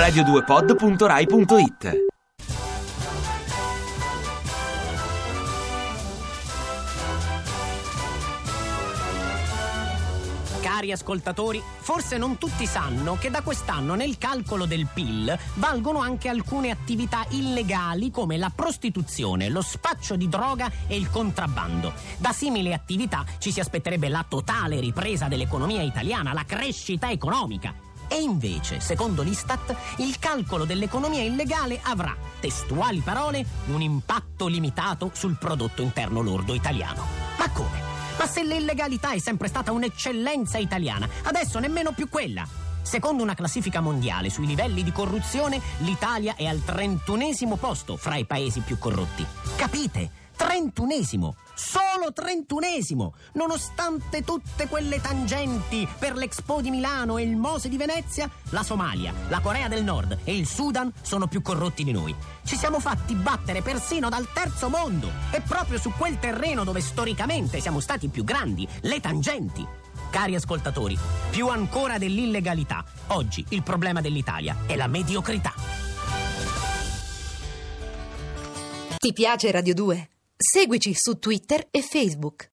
radio2pod.rai.it. Cari ascoltatori, forse non tutti sanno che da quest'anno nel calcolo del PIL valgono anche alcune attività illegali come la prostituzione, lo spaccio di droga e il contrabbando. Da simili attività ci si aspetterebbe la totale ripresa dell'economia italiana, la crescita economica. E invece, secondo l'Istat, il calcolo dell'economia illegale avrà, testuali parole, un impatto limitato sul prodotto interno lordo italiano. Ma come? Ma se l'illegalità è sempre stata un'eccellenza italiana, adesso nemmeno più quella. Secondo una classifica mondiale sui livelli di corruzione, l'Italia è al 31esimo posto fra i paesi più corrotti. Capite? 31esimo, solo 31esimo, nonostante tutte quelle tangenti per l'Expo di Milano e il Mose di Venezia. La Somalia, la Corea del Nord e il Sudan sono più corrotti di noi. Ci siamo fatti battere persino dal terzo mondo, e proprio su quel terreno dove storicamente siamo stati più grandi, le tangenti. Cari ascoltatori, più ancora dell'illegalità, oggi il problema dell'Italia è la mediocrità. Ti piace Radio 2? Seguici su Twitter e Facebook.